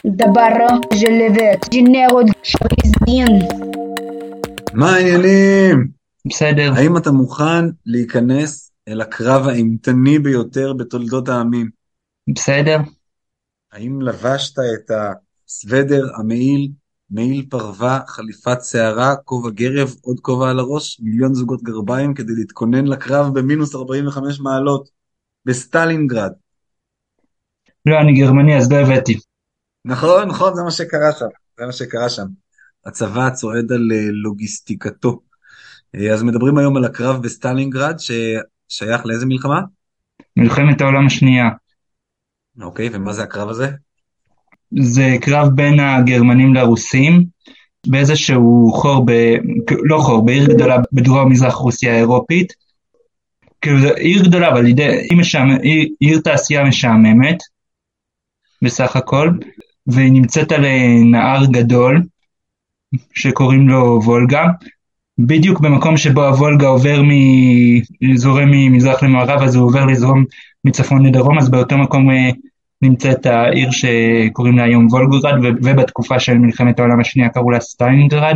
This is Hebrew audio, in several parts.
Dabarra, je levette, Gennaro Charizien. מה העניינים? בסדר. האם אתה מוכן להיכנס אל הקרב האימתני ביותר בתולדות העמים? בסדר. האם לבשת את הסוודר המעיל, מעיל פרווה, חליפת שערה, כובע גרב, עוד כובע על הראש, מיליון זוגות גרביים כדי להתכונן לקרב במינוס 45 מעלות בסטלינגרד? לא, אני גרמני אז לא הבאתי. נכון, נכון, זה מה שקרה שם. זה מה שקרה שם. הצבא צועד על לוגיסטיקתו. אז מדברים היום על הקרב בסטלינגרד, ששייך לאיזה מלחמה? מלחמת העולם השנייה. אוקיי, ומה זה הקרב הזה? זה קרב בין הגרמנים לרוסים, באיזשהו חור, לא חור, בעיר גדולה בדרום מזרח רוסיה האירופית. כאילו זו עיר גדולה, אבל עיר תעשייה משעממת, בסך הכל, והיא נמצאת על נהר גדול, שקוראים לו וולגה. בדיוק במקום שבו הוולגה זורם ממזרח למערב, אז הוא עובר לזרום מצפון לדרום, אז באותו מקום נמצאת העיר שקוראים לה היום וולגוגרד, ובתקופה של מלחמת העולם השנייה קראו לה סטלינגרד.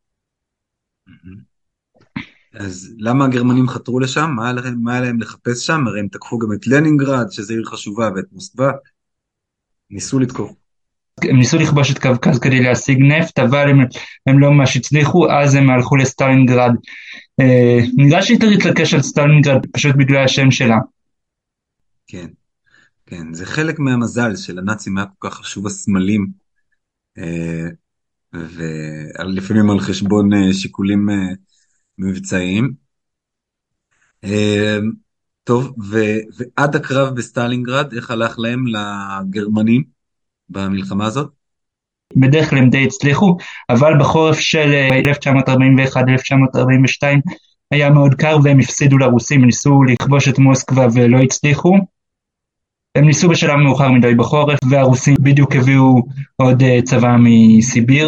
אז למה הגרמנים חתרו לשם? מה היה להם לחפש שם? הרי הם תקפו גם את לנינגרד, שזו עיר חשובה, ואת מוסקבה. ניסו לתקוף. הם ניסו לכבוש את קווקז כדי להשיג נפט, אבל הם לא ממש הצליחו, אז הם הלכו לסטלינגרד. נראה שהיא יותר התעקש על סטלינגרד פשוט בגלל השם שלה. כן, כן, זה חלק מהמזל של הנאצים, היה כל כך חשוב הסמלים, ולפעמים על חשבון שיקולים מבצעיים. טוב, ועד הקרב בסטלינגרד, איך הלך להם לגרמנים במלחמה הזאת? בדרך כלל הם די הצליחו, אבל בחורף של 1941-1942 היה מאוד קר והם הפסידו לרוסים, הם ניסו לכבוש את מוסקבה ולא הצליחו. הם ניסו בשלב מאוחר מדי בחורף, והרוסים בדיוק הביאו עוד צבא מסיביר.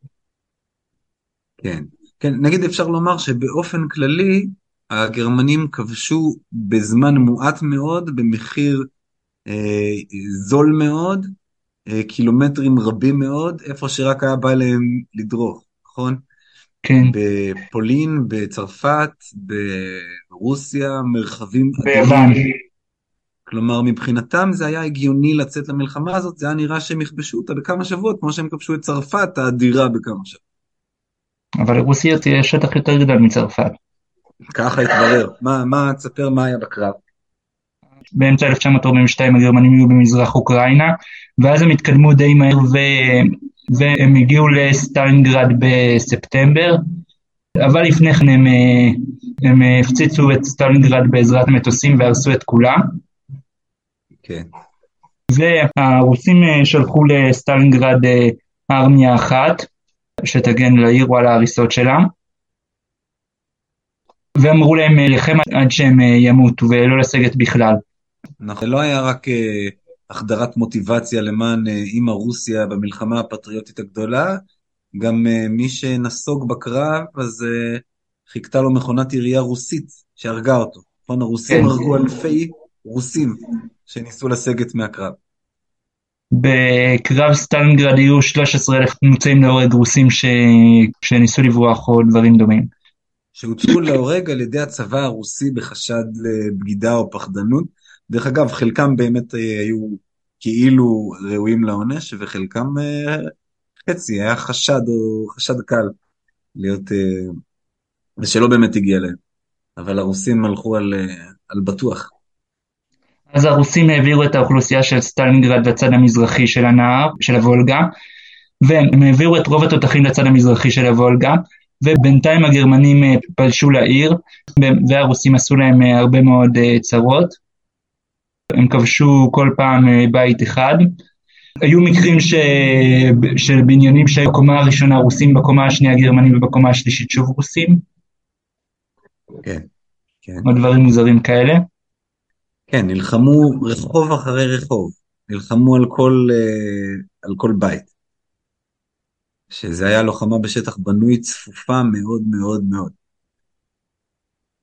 כן, כן, נגיד אפשר לומר שבאופן כללי, הגרמנים כבשו בזמן מועט מאוד, במחיר זול מאוד, קילומטרים רבים מאוד, איפה שרק היה בא להם לדרוך, נכון? כן. בפולין, בצרפת, ברוסיה, מרחבים ביוון. אדירים. כלומר, מבחינתם זה היה הגיוני לצאת למלחמה הזאת, זה היה נראה שהם יכבשו אותה בכמה שבועות, כמו שהם כבשו את צרפת האדירה בכמה שבועות. אבל לרוסיה תהיה שטח יותר גדול מצרפת. ככה התברר. תספר מה היה בקרב? באמצע 1942 הגרמנים היו במזרח אוקראינה, ואז הם התקדמו די מהר והם הגיעו לסטלינגרד בספטמבר, אבל לפני כן הם הפציצו את סטלינגרד בעזרת מטוסים והרסו את כולם. כן. והרוסים שלחו לסטלינגרד ארמיה אחת, שתגן לעיר או על ההריסות שלה, ואמרו להם לכם עד שהם ימותו ולא לסגת בכלל. נכון, לא היה רק החדרת מוטיבציה למען אמא רוסיה במלחמה הפטריוטית הגדולה, גם מי שנסוג בקרב, אז חיכתה לו מכונת ירייה רוסית שהרגה אותו. נכון, הרוסים הרגו אלפי רוסים שניסו לסגת מהקרב. בקרב סטלינגרד היו 13,000 מוצאים להורג רוסים שניסו לברוח או דברים דומים. שהוצאו להורג על ידי הצבא הרוסי בחשד לבגידה או פחדנות. דרך אגב, חלקם באמת היו כאילו ראויים לעונש, וחלקם חצי, היה חשד או חשד קל להיות, ושלא באמת הגיע להם. אבל הרוסים הלכו על בטוח. אז הרוסים העבירו את האוכלוסייה של סטלינגרד לצד המזרחי של הנהר, של הוולגה, והם העבירו את רוב התותחים לצד המזרחי של הוולגה, ובינתיים הגרמנים פלשו לעיר, והרוסים עשו להם הרבה מאוד צרות. הם כבשו כל פעם בית אחד. היו מקרים של בניינים שהיו בקומה הראשונה רוסים, בקומה השנייה גרמנים ובקומה השלישית שוב רוסים. כן, כן. עוד דברים מוזרים כאלה. כן, נלחמו רחוב אחרי רחוב, נלחמו על כל בית. שזה היה לוחמה בשטח בנוי צפופה מאוד מאוד מאוד.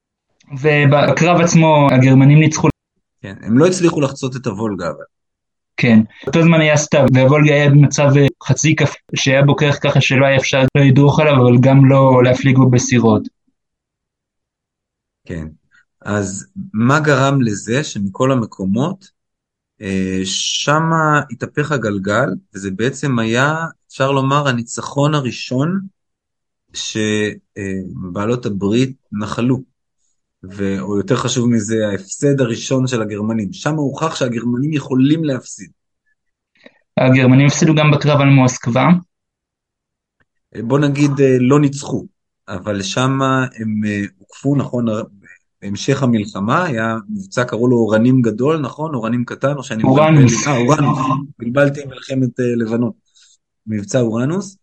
ובקרב עצמו הגרמנים ניצחו. כן, הם לא הצליחו לחצות את הוולגה, אבל כן. באותו זמן היה סתיו, והוולגה היה במצב חצי כף, שהיה בו כרך ככה שלא היה אפשר לא לדרוך עליו, אבל גם לא להפליג בו בסירות. כן. אז מה גרם לזה שמכל המקומות, שמה התהפך הגלגל, וזה בעצם היה, אפשר לומר, הניצחון הראשון שבעלות הברית נחלו, או יותר חשוב מזה, ההפסד הראשון של הגרמנים. שם הוכח שהגרמנים יכולים להפסיד. הגרמנים הפסידו גם בקרב על מוסקבה. בוא נגיד לא ניצחו, אבל שם הם הוקפו, נכון, בהמשך המלחמה, היה מבצע, קראו לו אורנים גדול, נכון? אורנים קטן, או שאני אורנוס. אורנוס, בלבלתי עם מלחמת לבנון. מבצע אורנוס,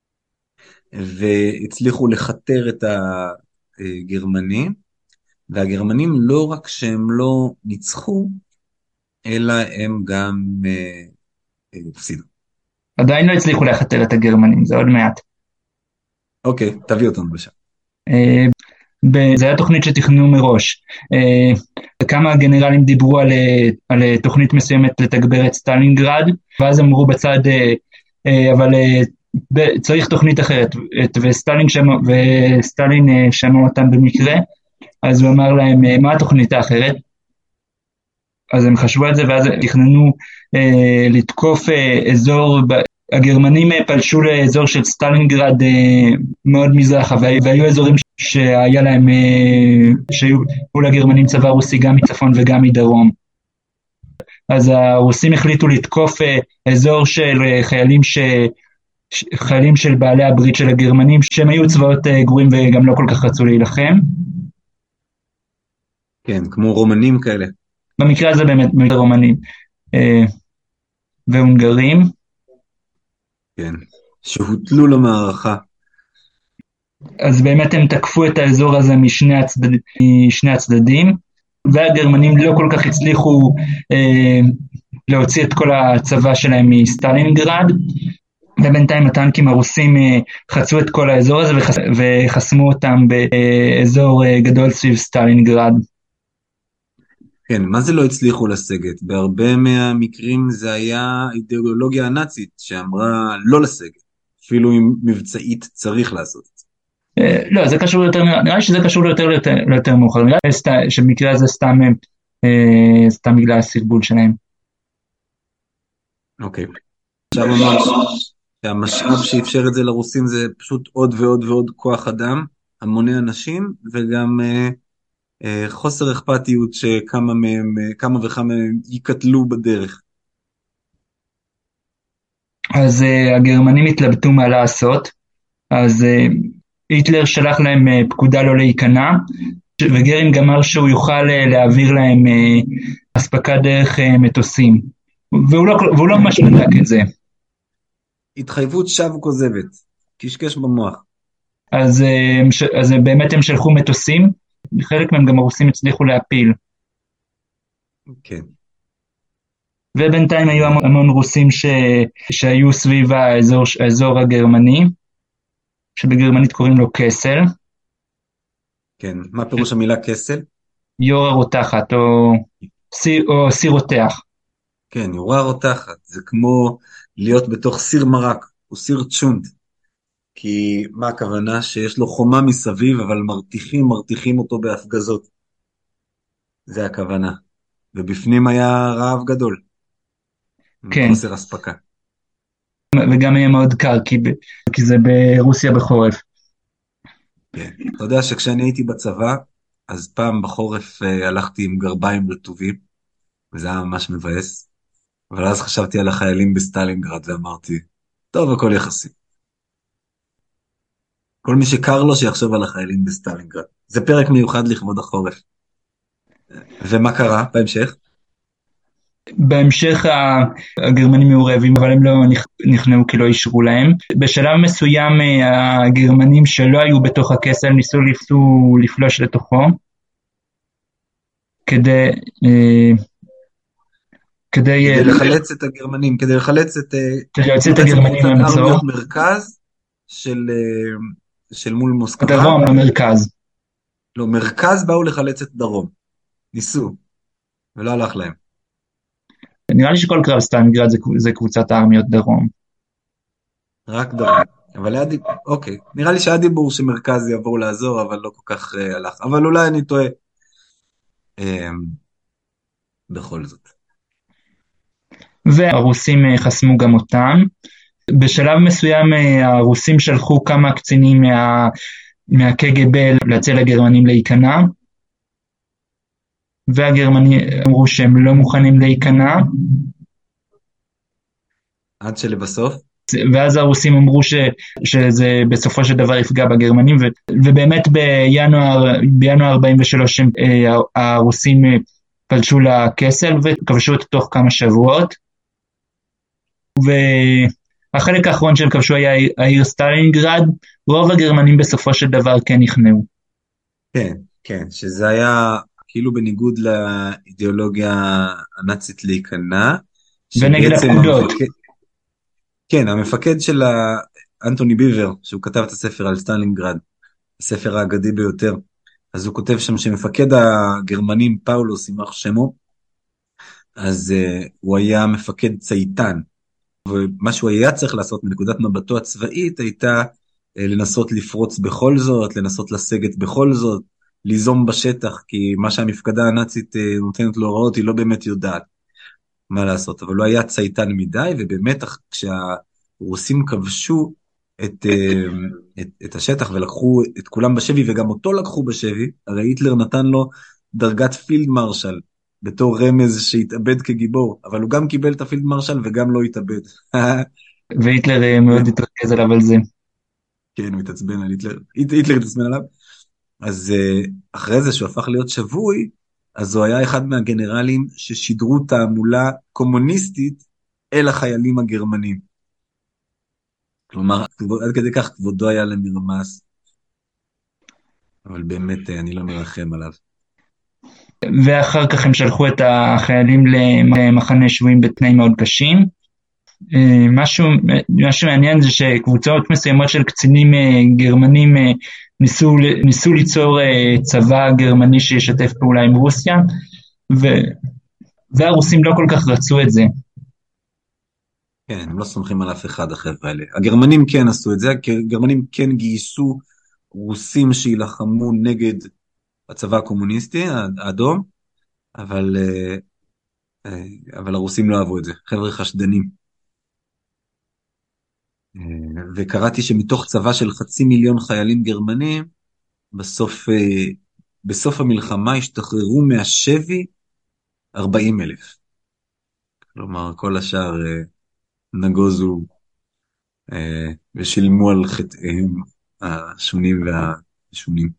והצליחו לחתר את הגרמנים, והגרמנים לא רק שהם לא ניצחו, אלא הם גם הפסידו. עדיין לא הצליחו לחתר את הגרמנים, זה עוד מעט. אוקיי, תביא אותנו לשם. זה היה תוכנית שתכננו מראש. כמה גנרלים דיברו על תוכנית מסוימת לתגבר את סטלינגרד, ואז אמרו בצד, אבל צריך תוכנית אחרת, וסטלין שמע אותם במקרה, אז הוא אמר להם, מה התוכנית האחרת? אז הם חשבו על זה, ואז תכננו לתקוף אזור, הגרמנים פלשו לאזור של סטלינגרד מאוד מזרחה, והיו אזורים שהיה להם, שהיו לגרמנים צבא רוסי גם מצפון וגם מדרום. אז הרוסים החליטו לתקוף אזור של חיילים של בעלי הברית של הגרמנים, שהם היו צבאות גרועים וגם לא כל כך רצו להילחם. כן, כמו רומנים כאלה. במקרה הזה באמת רומנים והונגרים. כן, שהוטלו למערכה. אז באמת הם תקפו את האזור הזה משני הצדדים, והגרמנים לא כל כך הצליחו להוציא את כל הצבא שלהם מסטלינגרד, ובינתיים הטנקים הרוסים חצו את כל האזור הזה וחסמו אותם באזור גדול סביב סטלינגרד. כן, מה זה לא הצליחו לסגת? בהרבה מהמקרים זה היה אידיאולוגיה הנאצית שאמרה לא לסגת, אפילו אם מבצעית צריך לעשות את זה. לא, זה קשור יותר, נראה לי שזה קשור יותר מאוחר, נראה לי שבמקרה הזה סתם בגלל הסרבול שלהם. אוקיי. עכשיו ממש, שהמשאב שאפשר את זה לרוסים זה פשוט עוד ועוד ועוד כוח אדם, המוני אנשים, וגם חוסר אכפתיות כמה וכמה מהם יקטלו בדרך. אז הגרמנים התלבטו מה לעשות, אז היטלר שלח להם פקודה לא להיכנע, וגרינג אמר שהוא יוכל להעביר להם אספקה דרך מטוסים, והוא לא ממש בדק את זה. התחייבות שווא כוזבת, קשקש במוח. אז באמת הם שלחו מטוסים, חלק מהם גם הרוסים הצליחו להפיל. כן. ובינתיים היו המון רוסים שהיו סביב האזור הגרמני, שבגרמנית קוראים לו קסל. כן, מה פירוש המילה קסל? יורה רותחת, או סיר רותח. כן, יורה רותחת, זה כמו להיות בתוך סיר מרק, או סיר צ'ונט. כי מה הכוונה? שיש לו חומה מסביב, אבל מרתיחים אותו בהפגזות. זה הכוונה. ובפנים היה רעב גדול. כן. חוסר אספקה. וגם היה מאוד קר, כי זה ברוסיה בחורף. כן. אתה יודע שכשאני הייתי בצבא, אז פעם בחורף הלכתי עם גרביים רטובים, וזה היה ממש מבאס. אבל אז חשבתי על החיילים בסטלינגרד, ואמרתי, טוב, הכל יחסי. כל מי שקר לו שיחשוב על החיילים בסטלינגרד. זה פרק מיוחד לכבוד החורף. ומה קרה בהמשך? בהמשך הגרמנים היו רעבים, אבל הם לא נכנעו כי לא אישרו להם. בשלב מסוים הגרמנים שלא היו בתוך הקסל ניסו לפלוש לתוכו, כדי לחלץ את הגרמנים, כדי להוציא את הגרמנים מהמצור. מרכז של מול מוסקבה. דרום, לא מרכז. לא, מרכז באו לחלץ את דרום. ניסו, ולא הלך להם. נראה לי שכל קרב סטלינגרד זה קבוצת הארמיות דרום. רק דרום. אבל אוקיי, נראה לי שהיה דיבור שמרכז יעבור לעזור, אבל לא כל כך הלך. אבל אולי אני טועה. אה, בכל זאת. והרוסים חסמו גם אותם. בשלב מסוים הרוסים שלחו כמה קצינים מהקג"ב להציע לגרמנים להיכנע, והגרמנים אמרו שהם לא מוכנים להיכנע, עד שלבסוף. ואז הרוסים אמרו שזה בסופו של דבר יפגע בגרמנים, ובאמת בינואר 43 הרוסים פלשו לקסל וכבשו אותו תוך כמה שבועות, והחלק האחרון שהם כבשו היה העיר סטלינגרד. רוב הגרמנים בסופו של דבר כן נכנעו. כן, כן, שזה היה כאילו בניגוד לאידיאולוגיה הנאצית להיכנע. ונגד הפקודות. כן, המפקד של אנטוני ביבר, שהוא כתב את הספר על סטלינגרד, הספר האגדי ביותר, אז הוא כותב שם שמפקד הגרמנים, פאולוס, יימח שמו, אז הוא היה מפקד צייתן, ומה שהוא היה צריך לעשות מנקודת מבטו הצבאית, הייתה לנסות לפרוץ בכל זאת, לנסות לסגת בכל זאת, ליזום בשטח, כי מה שהמפקדה הנאצית נותנת לו הוראות, היא לא באמת יודעת מה לעשות, אבל הוא היה צייתן מדי, ובאמת כשהרוסים כבשו את השטח ולקחו את כולם בשבי, וגם אותו לקחו בשבי, הרי היטלר נתן לו דרגת פילד מרשל, בתור רמז שהתאבד כגיבור, אבל הוא גם קיבל את הפילד מרשל וגם לא התאבד. והיטלר מאוד התרכז עליו על זה. כן, הוא התעצבן על היטלר התעצבן עליו. אז אחרי זה שהוא הפך להיות שבוי, אז הוא היה אחד מהגנרלים ששידרו תעמולה קומוניסטית אל החיילים הגרמנים. כלומר, עד כדי כך כבודו היה למרמס, אבל באמת אני לא מרחם עליו. ואחר כך הם שלחו את החיילים למחנה שבויים בתנאים מאוד קשים. משהו מעניין זה שקבוצות מסוימות של קצינים גרמנים ניסו ליצור צבא גרמני שישתף פעולה עם רוסיה, והרוסים לא כל כך רצו את זה. כן, הם לא סומכים על אף אחד החבר'ה האלה. הגרמנים כן עשו את זה, הגרמנים כן גייסו רוסים שילחמו נגד הצבא הקומוניסטי, האדום, אבל הרוסים לא אהבו את זה, חבר'ה חשדנים. וקראתי שמתוך צבא של 500,000 חיילים גרמנים, בסוף המלחמה השתחררו מהשבי 40,000. כלומר, כל השאר נגוזו ושילמו על חטאיהם השונים והשונים.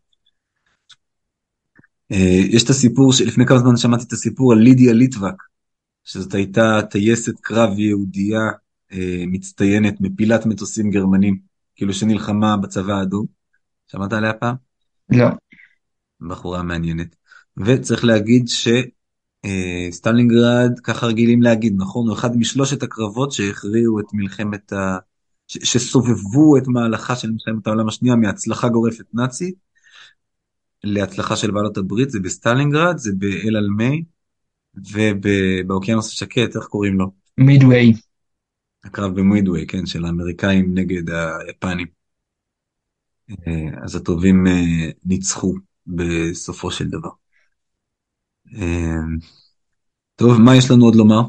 יש את הסיפור, לפני כמה זמן שמעתי את הסיפור על לידיה ליטבק, שזאת הייתה טייסת קרב יהודייה מצטיינת בפילת מטוסים גרמנים, כאילו שנלחמה בצבא האדום. שמעת עליה פעם? לא. בחורה מעניינת. וצריך להגיד שסטלינגרד, ככה רגילים להגיד, נכון? הוא אחד משלושת הקרבות שהכריעו את מלחמת שסובבו את מהלכה של מלחמת העולם השנייה מהצלחה גורפת נאצית להצלחה של בעלות הברית. זה בסטלינגרד, זה באל אלמי, ובאוקיינוס השקט, איך קוראים לו? מידווי. הקרב במידווי, כן, של האמריקאים נגד היפנים. אז הטובים ניצחו בסופו של דבר. טוב, מה יש לנו עוד לומר?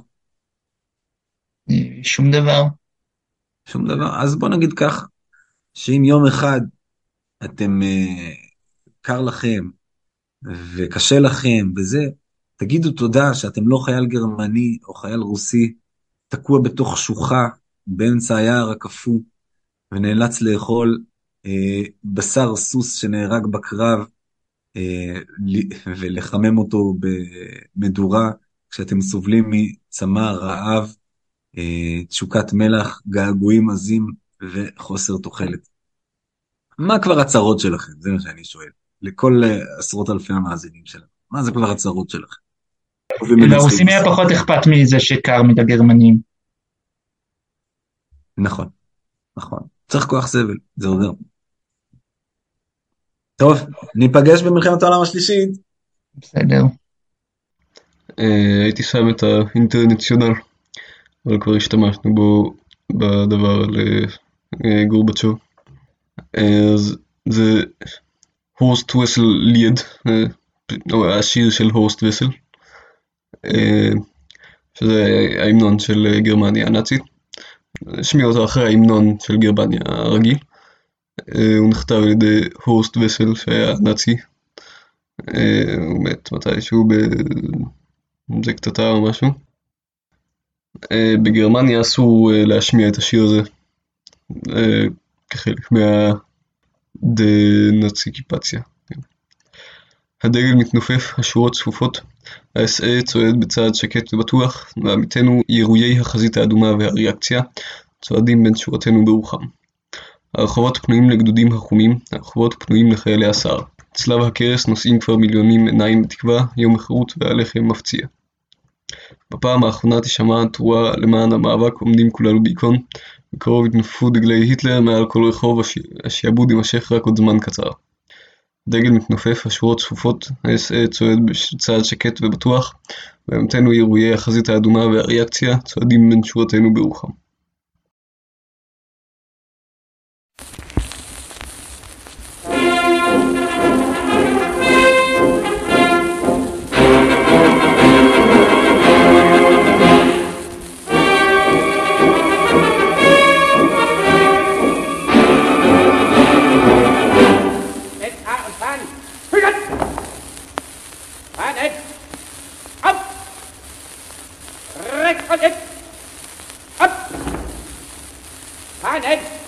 שום דבר. שום דבר. אז בוא נגיד כך, שאם יום אחד אתם קר לכם וקשה לכם וזה, תגידו תודה שאתם לא חייל גרמני או חייל רוסי, תקוע בתוך שוחה באמצע היער הקפוא, ונאלץ לאכול בשר סוס שנהרג בקרב, ולחמם אותו במדורה, כשאתם סובלים מצמא, רעב, תשוקת מלח, געגועים עזים וחוסר תוחלת. מה כבר הצרות שלכם? זה מה שאני שואל. לכל עשרות אלפי המאזינים שלנו. מה זה כבר הצרות שלכם? לרוסים היה פחות אכפת מזה שקר מדי גרמנים. נכון, נכון. צריך כוח סבל, זה עוזר. טוב, ניפגש במלחמת העולם השלישית. בסדר. הייתי שם את האינטרנציונל, אבל כבר השתמשנו בו בדבר על גורבצ'וב. אז זה הורסט וסל ליד, או השיר של הורסט וסל, שזה ההמנון של גרמניה הנאצית. שמי אותו אחרי ההמנון של גרמניה הרגיל. הוא נכתב על ידי הורסט וסל שהיה נאצי. הוא מת מתישהו זה קטטה או משהו. בגרמניה אסור להשמיע את השיר הזה כחלק מהדנאציקיפציה. הדגל מתנופף, השורות צפופות, ה-SA צועד בצעד שקט ובטוח, ועמיתנו ירואי החזית האדומה והריאקציה צועדים בין שורתנו ברוחם. הרחובות פנויים לגדודים החומים, הרחובות פנויים לחיילי הסער. צלב הקרס נושאים כבר מיליונים עיניים בתקווה, יום החירות והלחם מפציע. בפעם האחרונה תשמע תרועה למען המאבק עומדים כולנו בהיכון, בקרוב יתנופפו דגלי היטלר מעל כל רחוב, השעבוד יימשך רק עוד זמן קצר. דגל מתנופף, השורות צפופות, ה-SA צועד בצעד שקט ובטוח, ועמיתנו ירואי החזית האדומה והריאקציה צועדים בין שורתנו ברוחם. Rechts und links. Ab. Fahnen.